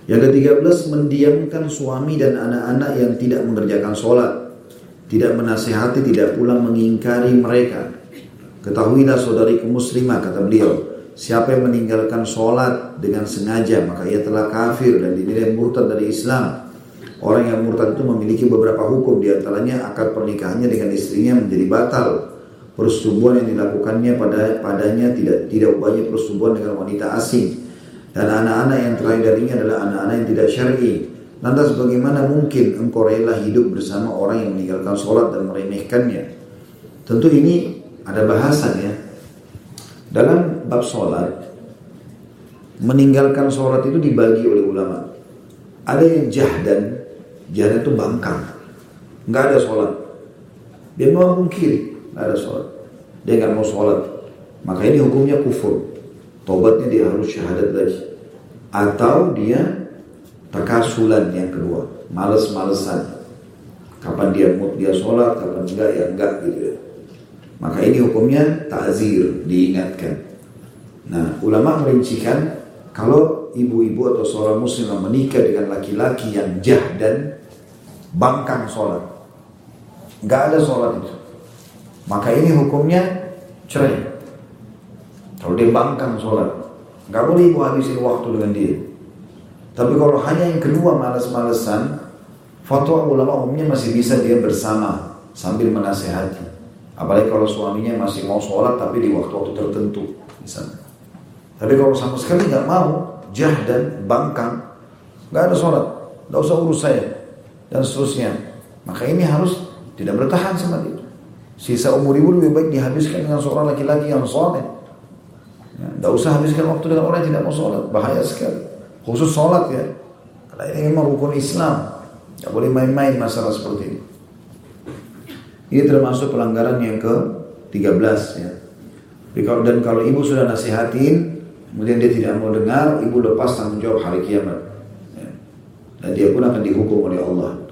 Yang ke-13, mendiamkan suami dan anak-anak yang tidak mengerjakan sholat, tidak menasihati, tidak pula mengingkari mereka. Ketahuilah saudariku muslimah, kata beliau, siapa yang meninggalkan sholat dengan sengaja, maka ia telah kafir dan dinilai murtad dari Islam. Orang yang murtad itu memiliki beberapa hukum, diantaranya akad pernikahannya dengan istrinya menjadi batal. Persetubuhan yang dilakukannya padanya tidak ubahnya persetubuhan dengan wanita asing. Dan anak-anak yang terakhir darinya adalah anak-anak yang tidak syar'i. Lantas bagaimana mungkin engkau rela hidup bersama orang yang meninggalkan sholat dan meremehkannya? Tentu ini ada bahasan ya. Dalam bab sholat, meninggalkan sholat itu dibagi oleh ulama. Ada yang jahdan itu bangkang, nggak ada sholat. Dia mau mungkiri, nggak ada sholat. Dia nggak mau sholat, maka ini hukumnya kufur. Tobatnya dia harus syahadat lagi. Atau dia takasulan yang kedua, males-malesan. Kapan dia mood dia sholat, kapan enggak ya enggak gitu ya. Maka ini hukumnya ta'zir, diingatkan. Nah, ulama merincikan kalau ibu-ibu atau seorang muslim menikah dengan laki-laki yang jahdan, bangkang sholat, enggak ada sholat itu, maka ini hukumnya cerai. Kalau dia bangkang sholat, nggak boleh ibu habisin waktu dengan dia. Tapi kalau hanya yang kedua malas-malesan, fatwa ulama umumnya masih bisa dia bersama sambil menasehati. Apalagi kalau suaminya masih mau sholat tapi di waktu-waktu tertentu misalnya. Tapi kalau sama sekali nggak mau, jahdan, bangkang, nggak ada sholat, nggak usah urus saya dan seterusnya, maka ini harus tidak bertahan sama dia. Sisa umur ibu lebih baik dihabiskan dengan seorang laki-laki yang soleh. Tidak usah habiskan waktu dengan orang yang tidak mau sholat, bahaya sekali. Khusus sholat ya, karena ini memang rukun Islam, tidak boleh main-main masalah seperti ini. Ini termasuk pelanggaran yang ke-13 ya. Dan kalau ibu sudah nasihatin, kemudian dia tidak mau dengar, ibu lepas tanggung jawab hari kiamat ya. Dan dia pun akan dihukum oleh Allah.